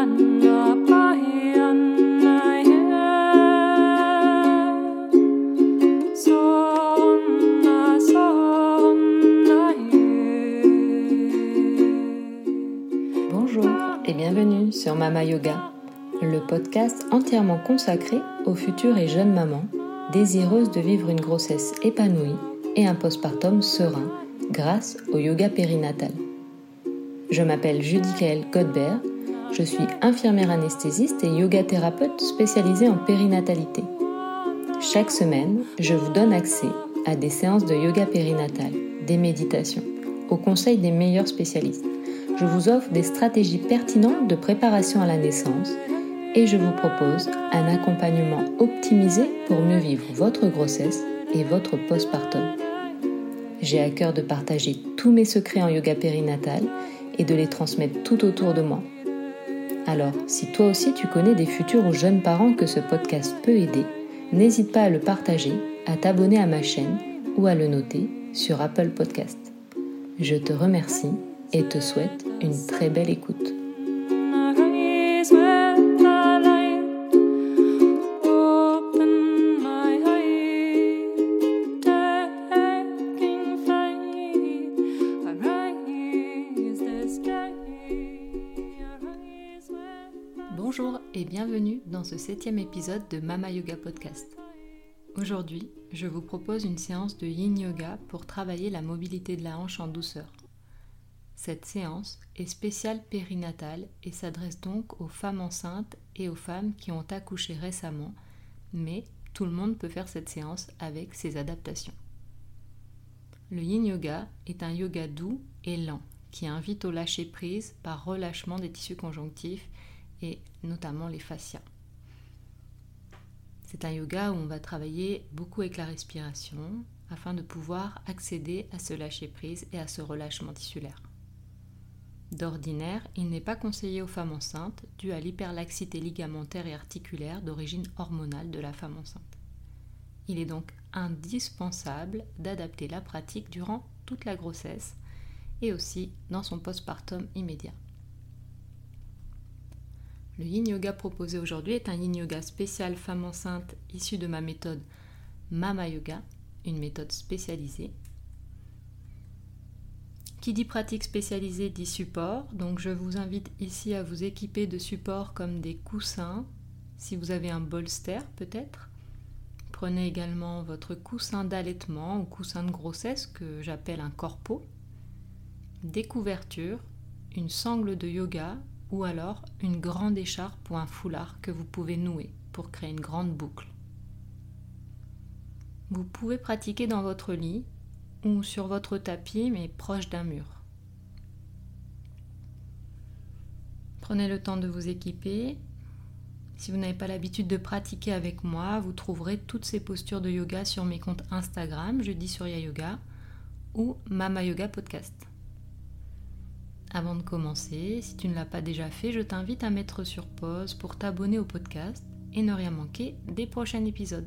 Bonjour et bienvenue sur Mama Yoga, le podcast entièrement consacré aux futures et jeunes mamans désireuses de vivre une grossesse épanouie et un postpartum serein grâce au yoga périnatal. Je m'appelle Judy-Kaëlle Godbert, je suis infirmière anesthésiste et yoga thérapeute spécialisée en périnatalité. Chaque semaine, je vous donne accès à des séances de yoga périnatal, des méditations, aux conseils des meilleurs spécialistes. Je vous offre des stratégies pertinentes de préparation à la naissance et je vous propose un accompagnement optimisé pour mieux vivre votre grossesse et votre postpartum. J'ai à cœur de partager tous mes secrets en yoga périnatal et de les transmettre tout autour de moi. Alors, si toi aussi tu connais des futurs ou jeunes parents que ce podcast peut aider, n'hésite pas à le partager, à t'abonner à ma chaîne ou à le noter sur Apple Podcast. Je te remercie et te souhaite une très belle écoute. Bonjour et bienvenue dans ce 7e épisode de Mama Yoga Podcast. Aujourd'hui, je vous propose une séance de Yin Yoga pour travailler la mobilité de la hanche en douceur. Cette séance est spéciale périnatale et s'adresse donc aux femmes enceintes et aux femmes qui ont accouché récemment, mais tout le monde peut faire cette séance avec ses adaptations. Le Yin Yoga est un yoga doux et lent qui invite au lâcher-prise par relâchement des tissus conjonctifs et notamment les fascias. C'est un yoga où on va travailler beaucoup avec la respiration afin de pouvoir accéder à ce lâcher-prise et à ce relâchement tissulaire. D'ordinaire, il n'est pas conseillé aux femmes enceintes dû à l'hyperlaxité ligamentaire et articulaire d'origine hormonale de la femme enceinte. Il est donc indispensable d'adapter la pratique durant toute la grossesse et aussi dans son postpartum immédiat. Le Yin Yoga proposé aujourd'hui est un Yin Yoga spécial femme enceinte issu de ma méthode Mama Yoga, une méthode spécialisée. Qui dit pratique spécialisée dit support, donc je vous invite ici à vous équiper de supports comme des coussins, si vous avez un bolster peut-être. Prenez également votre coussin d'allaitement ou coussin de grossesse que j'appelle un corpo, des couvertures, une sangle de yoga ou alors une grande écharpe ou un foulard que vous pouvez nouer pour créer une grande boucle. Vous pouvez pratiquer dans votre lit ou sur votre tapis mais proche d'un mur. Prenez le temps de vous équiper. Si vous n'avez pas l'habitude de pratiquer avec moi, vous trouverez toutes ces postures de yoga sur mes comptes Instagram, Jeudi Surya Yoga ou Mama Yoga Podcast. Avant de commencer, si tu ne l'as pas déjà fait, je t'invite à mettre sur pause pour t'abonner au podcast et ne rien manquer des prochains épisodes.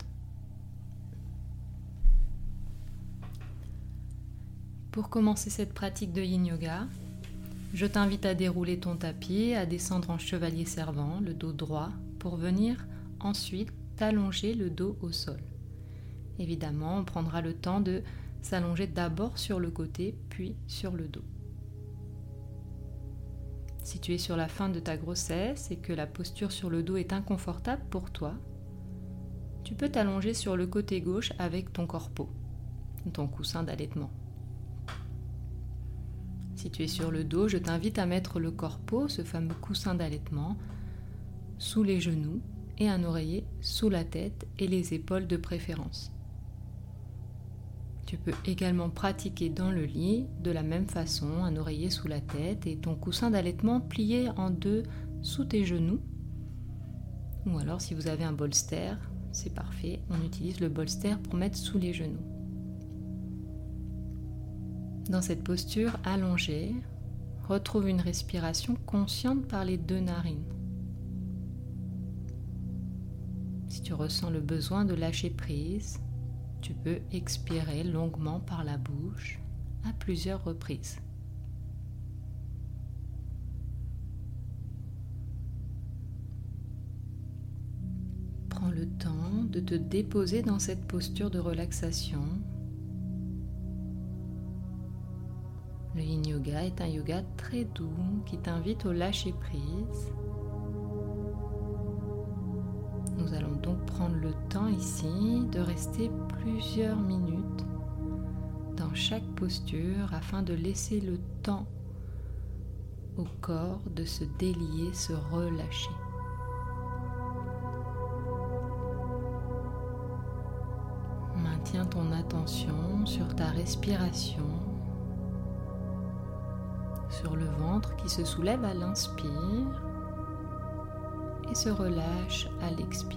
Pour commencer cette pratique de Yin Yoga, je t'invite à dérouler ton tapis, à descendre en chevalier servant, le dos droit, pour venir ensuite t'allonger le dos au sol. Évidemment, on prendra le temps de s'allonger d'abord sur le côté, puis sur le dos. Si tu es sur la fin de ta grossesse et que la posture sur le dos est inconfortable pour toi, tu peux t'allonger sur le côté gauche avec ton corpo, ton coussin d'allaitement. Si tu es sur le dos, je t'invite à mettre le corpo, ce fameux coussin d'allaitement, sous les genoux et un oreiller sous la tête et les épaules de préférence. Tu peux également pratiquer dans le lit de la même façon, un oreiller sous la tête et ton coussin d'allaitement plié en deux sous tes genoux. Ou alors si vous avez un bolster, c'est parfait, on utilise le bolster pour mettre sous les genoux. Dans cette posture allongée, retrouve une respiration consciente par les deux narines. Si tu ressens le besoin de lâcher prise, tu peux expirer longuement par la bouche à plusieurs reprises. le temps de te déposer dans cette posture de relaxation. Le Yin Yoga est un yoga très doux qui t'invite au lâcher-prise. Nous allons donc prendre le temps ici de rester plusieurs minutes dans chaque posture afin de laisser le temps au corps de se délier, se relâcher. Maintiens ton attention sur ta respiration, sur le ventre qui se soulève à l'inspire et se relâche à l'expire.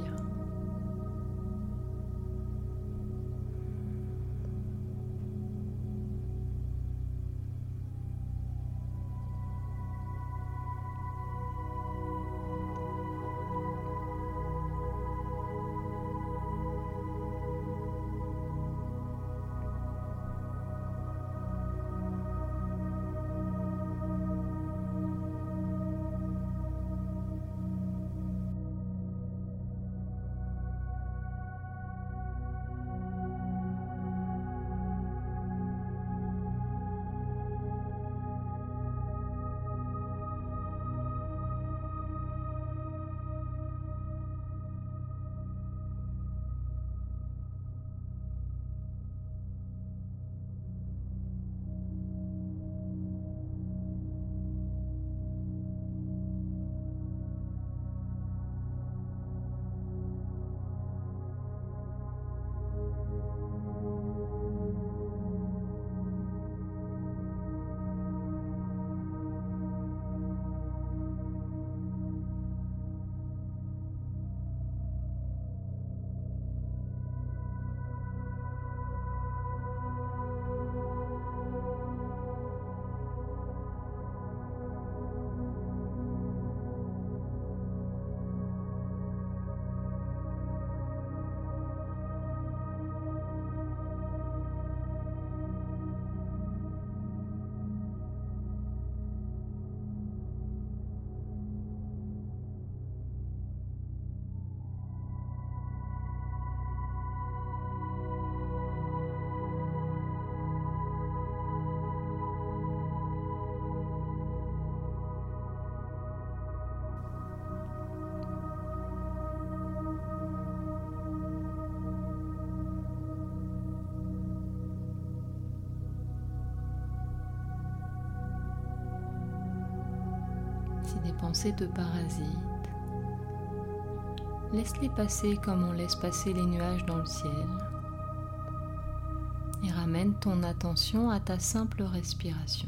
Si des pensées te parasitent, laisse-les passer comme on laisse passer les nuages dans le ciel et ramène ton attention à ta simple respiration.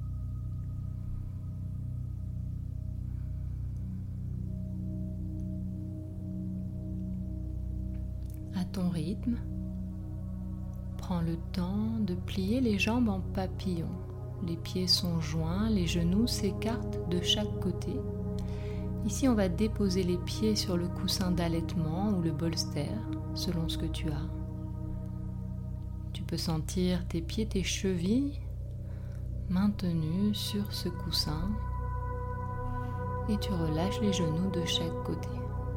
À ton rythme, prends le temps de plier les jambes en papillon. Les pieds sont joints, les genoux s'écartent de chaque côté. Ici, on va déposer les pieds sur le coussin d'allaitement ou le bolster, selon ce que tu as. Tu peux sentir tes pieds, tes chevilles maintenus sur ce coussin et tu relâches les genoux de chaque côté.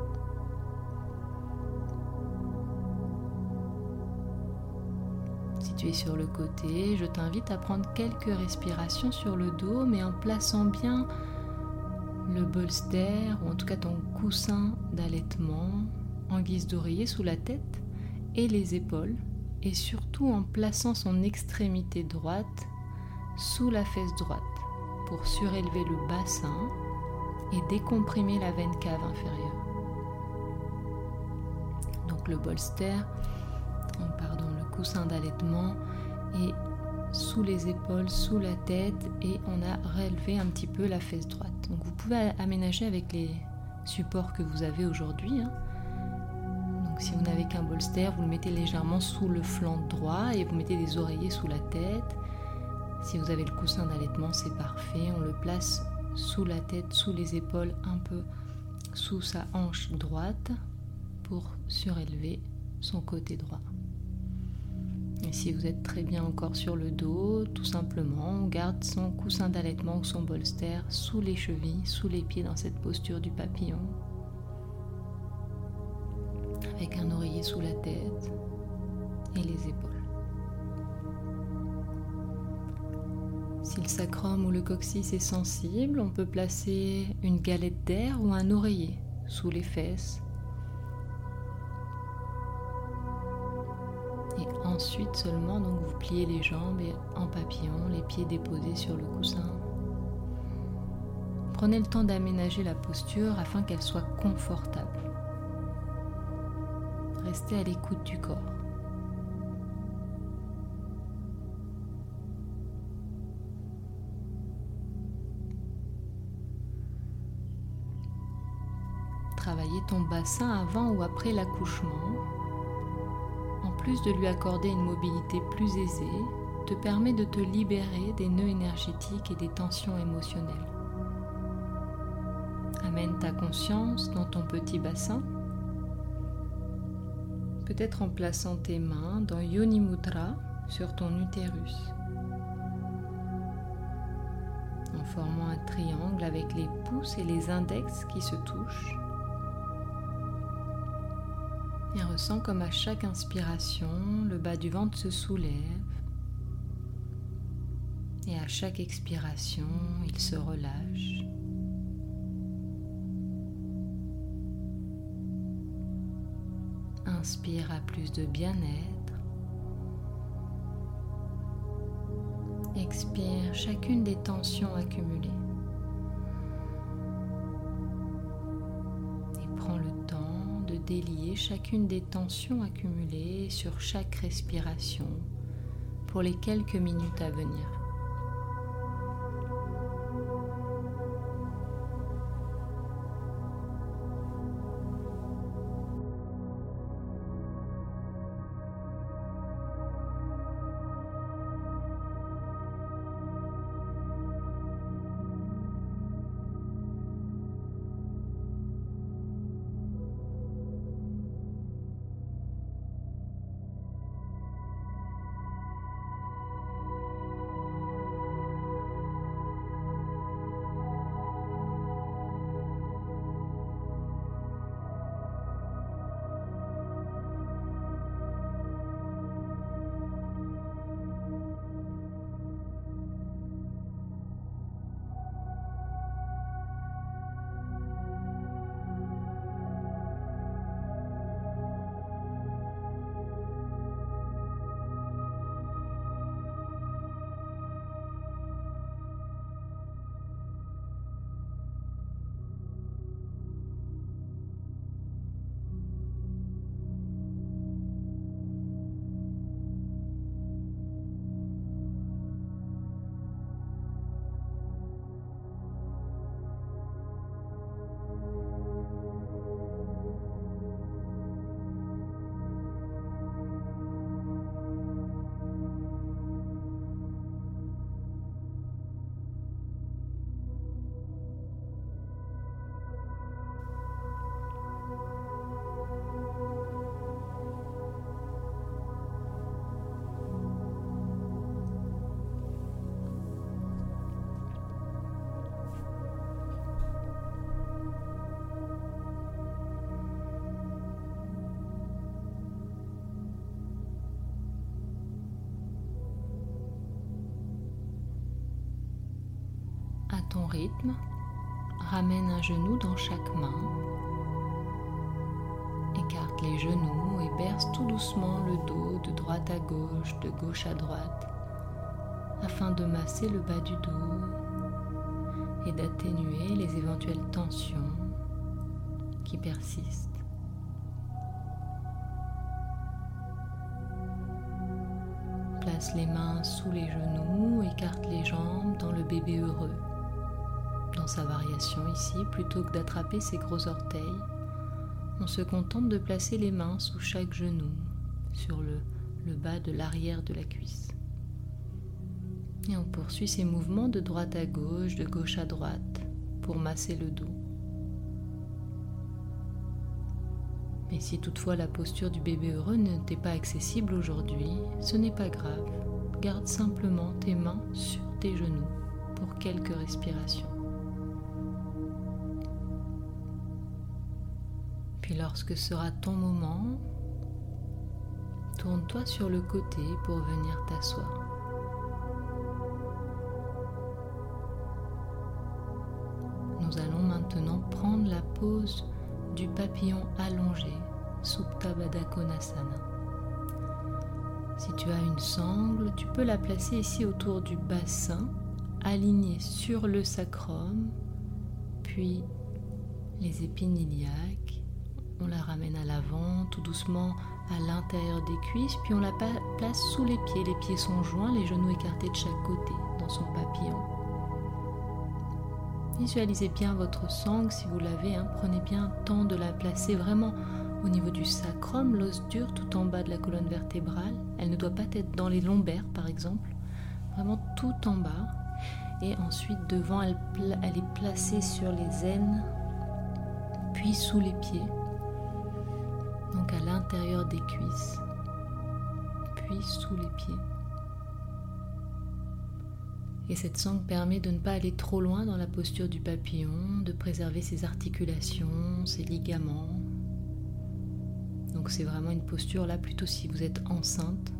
Si tu es sur le côté, je t'invite à prendre quelques respirations sur le dos, mais en plaçant bien le bolster, ou en tout cas ton coussin d'allaitement, en guise d'oreiller sous la tête et les épaules, et surtout en plaçant son extrémité droite sous la fesse droite, pour surélever le bassin et décomprimer la veine cave inférieure. Donc le bolster, le coussin d'allaitement est sous les épaules, sous la tête et on a relevé un petit peu la fesse droite. Donc vous pouvez aménager avec les supports que vous avez aujourd'hui. Donc si vous n'avez qu'un bolster, vous le mettez légèrement sous le flanc droit et vous mettez des oreillers sous la tête. Si vous avez le coussin d'allaitement, c'est parfait. On le place sous la tête, sous les épaules, un peu sous sa hanche droite pour surélever son côté droit. Et si vous êtes très bien encore sur le dos, tout simplement, on garde son coussin d'allaitement ou son bolster sous les chevilles, sous les pieds dans cette posture du papillon. avec un oreiller sous la tête et les épaules. Si le sacrum ou le coccyx est sensible, on peut placer une galette d'air ou un oreiller sous les fesses. Et ensuite seulement, donc vous pliez les jambes et en papillon, les pieds déposés sur le coussin. Prenez le temps d'aménager la posture afin qu'elle soit confortable. Restez à l'écoute du corps. Travailler ton bassin avant ou après l'accouchement, en plus de lui accorder une mobilité plus aisée, te permet de te libérer des nœuds énergétiques et des tensions émotionnelles. Amène ta conscience dans ton petit bassin, peut-être en plaçant tes mains dans Yoni Mudra sur ton utérus, en formant un triangle avec les pouces et les index qui se touchent. Et ressens comme à chaque inspiration, le bas du ventre se soulève. Et à chaque expiration, il se relâche. Inspire à plus de bien-être. Expire chacune des tensions accumulées. Délier chacune des tensions accumulées sur chaque respiration pour les quelques minutes à venir. À ton rythme, ramène un genou dans chaque main, écarte les genoux et berce tout doucement le dos de droite à gauche, de gauche à droite, afin de masser le bas du dos et d'atténuer les éventuelles tensions qui persistent. Place les mains sous les genoux, écarte les jambes dans le bébé heureux. Dans sa variation ici, plutôt que d'attraper ses gros orteils, on se contente de placer les mains sous chaque genou, sur le bas de l'arrière de la cuisse. Et on poursuit ces mouvements de droite à gauche, de gauche à droite, pour masser le dos. Et si toutefois la posture du bébé heureux ne t'est pas accessible aujourd'hui, ce n'est pas grave. Garde simplement tes mains sur tes genoux pour quelques respirations. Puis lorsque sera ton moment, tourne-toi sur le côté pour venir t'asseoir. Nous allons maintenant prendre la pose du papillon allongé, Supta Baddha Konasana. Si tu as une sangle, tu peux la placer ici autour du bassin, alignée sur le sacrum, puis les épines iliaques. On la ramène à l'avant, tout doucement à l'intérieur des cuisses, puis on la place sous les pieds. Les pieds sont joints, les genoux écartés de chaque côté dans son papillon. Visualisez bien votre sangle si vous l'avez, prenez bien le temps de la placer vraiment au niveau du sacrum, l'os dur tout en bas de la colonne vertébrale. Elle ne doit pas être dans les lombaires par exemple, vraiment tout en bas. Et ensuite devant, elle est placée sur les aines, puis sous les pieds, donc à l'intérieur des cuisses, puis sous les pieds. Et cette sangle permet de ne pas aller trop loin dans la posture du papillon, de préserver ses articulations, ses ligaments. Donc c'est vraiment une posture là plutôt si vous êtes enceinte.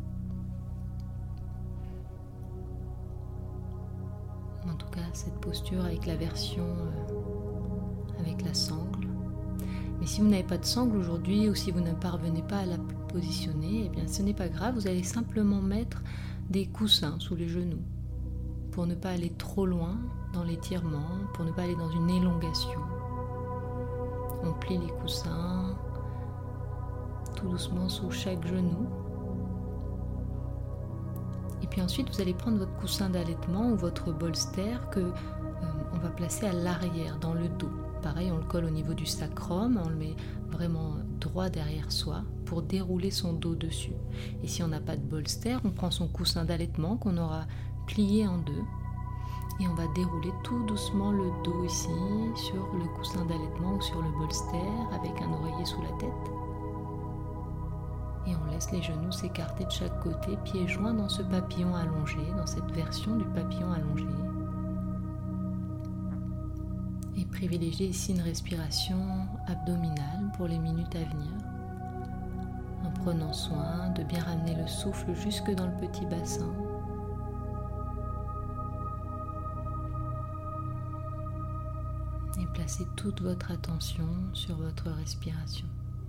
En tout cas cette posture avec la version avec la sangle. Mais si vous n'avez pas de sangle aujourd'hui ou si vous ne parvenez pas à la positionner, eh bien ce n'est pas grave, vous allez simplement mettre des coussins sous les genoux pour ne pas aller trop loin dans l'étirement, pour ne pas aller dans une élongation. On plie les coussins tout doucement sous chaque genou. Et puis ensuite, vous allez prendre votre coussin d'allaitement ou votre bolster que on va placer à l'arrière, dans le dos. Pareil, on le colle au niveau du sacrum, on le met vraiment droit derrière soi pour dérouler son dos dessus. Et si on n'a pas de bolster, on prend son coussin d'allaitement qu'on aura plié en deux et on va dérouler tout doucement le dos ici sur le coussin d'allaitement ou sur le bolster avec un oreiller sous la tête. Et on laisse les genoux s'écarter de chaque côté, pieds joints dans ce papillon allongé, dans cette version du papillon allongé. Et privilégiez ici une respiration abdominale pour les minutes à venir, en prenant soin de bien ramener le souffle jusque dans le petit bassin. Et placez toute votre attention sur votre respiration.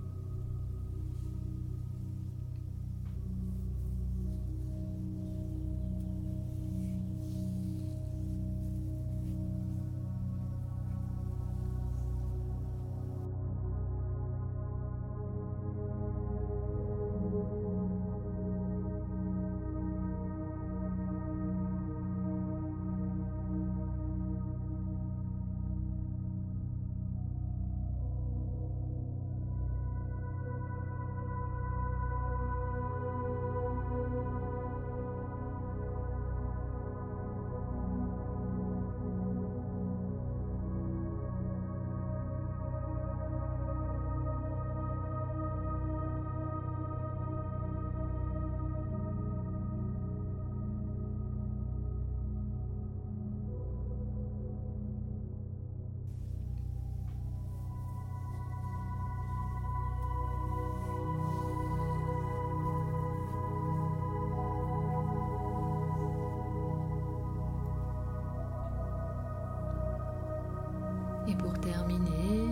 Et pour terminer,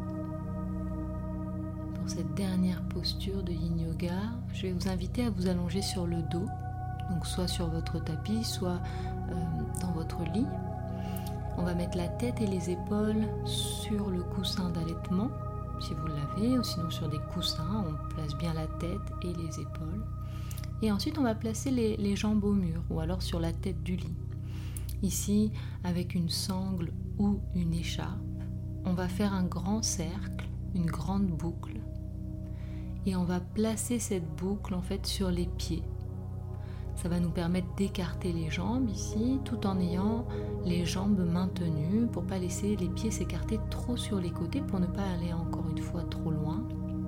pour cette dernière posture de Yin Yoga, je vais vous inviter à vous allonger sur le dos, donc soit sur votre tapis, soit dans votre lit. On va mettre la tête et les épaules sur le coussin d'allaitement, si vous l'avez, ou sinon sur des coussins, on place bien la tête et les épaules. Et ensuite, on va placer les jambes au mur, ou alors sur la tête du lit. Ici, avec une sangle ou une écharpe, on va faire un grand cercle, une grande boucle, et on va placer cette boucle en fait sur les pieds. Ça va nous permettre d'écarter les jambes ici, tout en ayant les jambes maintenues pour ne pas laisser les pieds s'écarter trop sur les côtés, pour ne pas aller encore une fois trop loin.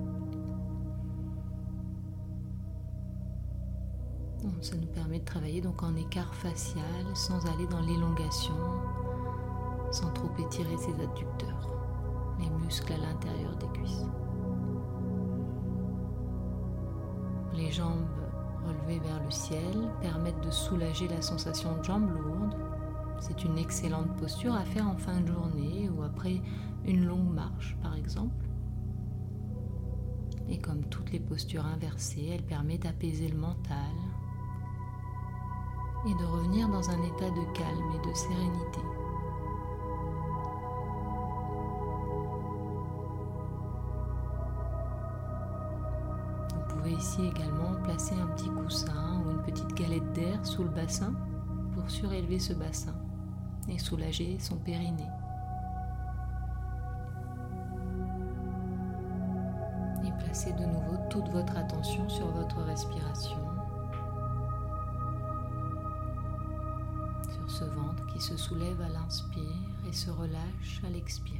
Donc, ça nous permet de travailler donc en écart facial, sans aller dans l'élongation, sans trop étirer ses adducteurs, les muscles à l'intérieur des cuisses. jambes relevées vers le ciel permettent de soulager la sensation de jambes lourdes. C'est une excellente posture à faire en fin de journée ou après une longue marche par exemple. Et comme toutes les postures inversées, elle permet d'apaiser le mental et de revenir dans un état de calme et de sérénité. Vous pouvez ici également placer un petit coussin ou une petite galette d'air sous le bassin pour surélever ce bassin et soulager son périnée. Et placez de nouveau toute votre attention sur votre respiration, sur ce ventre qui se soulève à l'inspire et se relâche à l'expire.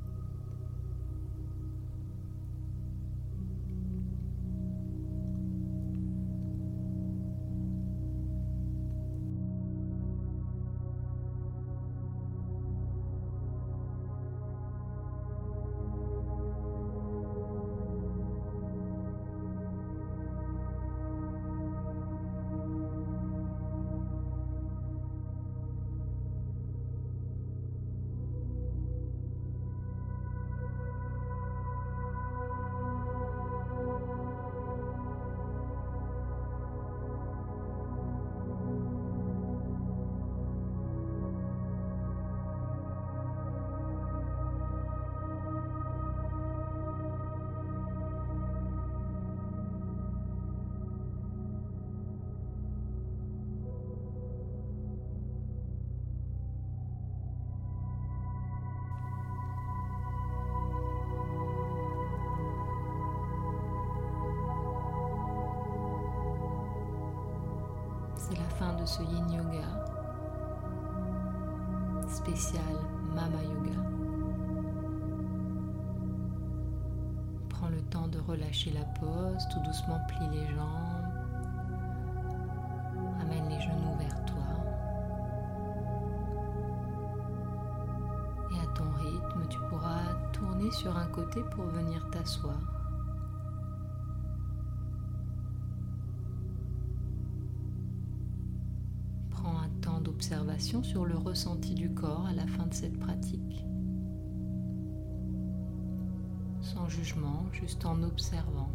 C'est la fin de ce Yin Yoga spécial Mama Yoga. Prends le temps de relâcher la pose, tout doucement plie les jambes, amène les genoux vers toi et à ton rythme tu pourras tourner sur un côté pour venir t'asseoir. D'observation sur le ressenti du corps à la fin de cette pratique. Sans jugement, juste en observant.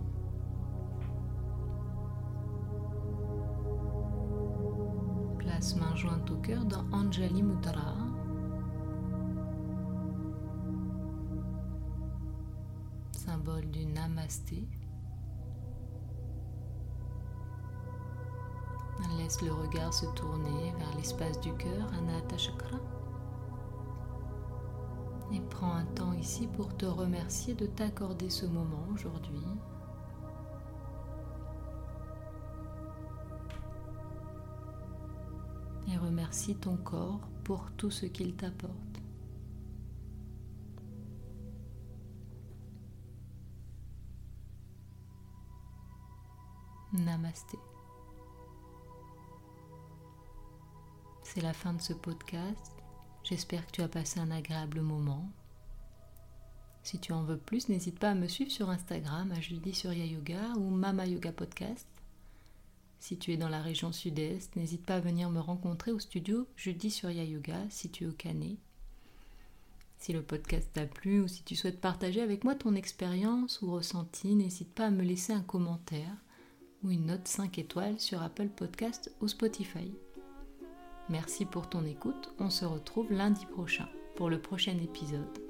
Place main jointe au cœur dans Anjali Mudra. Symbole du Namasté. Laisse le regard se tourner vers l'espace du cœur, Anahata Chakra. Et prends un temps ici pour te remercier de t'accorder ce moment aujourd'hui. Et remercie ton corps pour tout ce qu'il t'apporte. Namasté. C'est la fin de ce podcast. J'espère que tu as passé un agréable moment. Si tu en veux plus, n'hésite pas à me suivre sur Instagram à Jeudi Surya Yoga ou Mama Yoga Podcast. Si tu es dans la région sud-est, n'hésite pas à venir me rencontrer au studio Jeudi Surya Yoga situé au Canet. Si le podcast t'a plu ou si tu souhaites partager avec moi ton expérience ou ressenti, n'hésite pas à me laisser un commentaire ou une note 5 étoiles sur Apple Podcast ou Spotify. Merci pour ton écoute, on se retrouve lundi prochain pour le prochain épisode.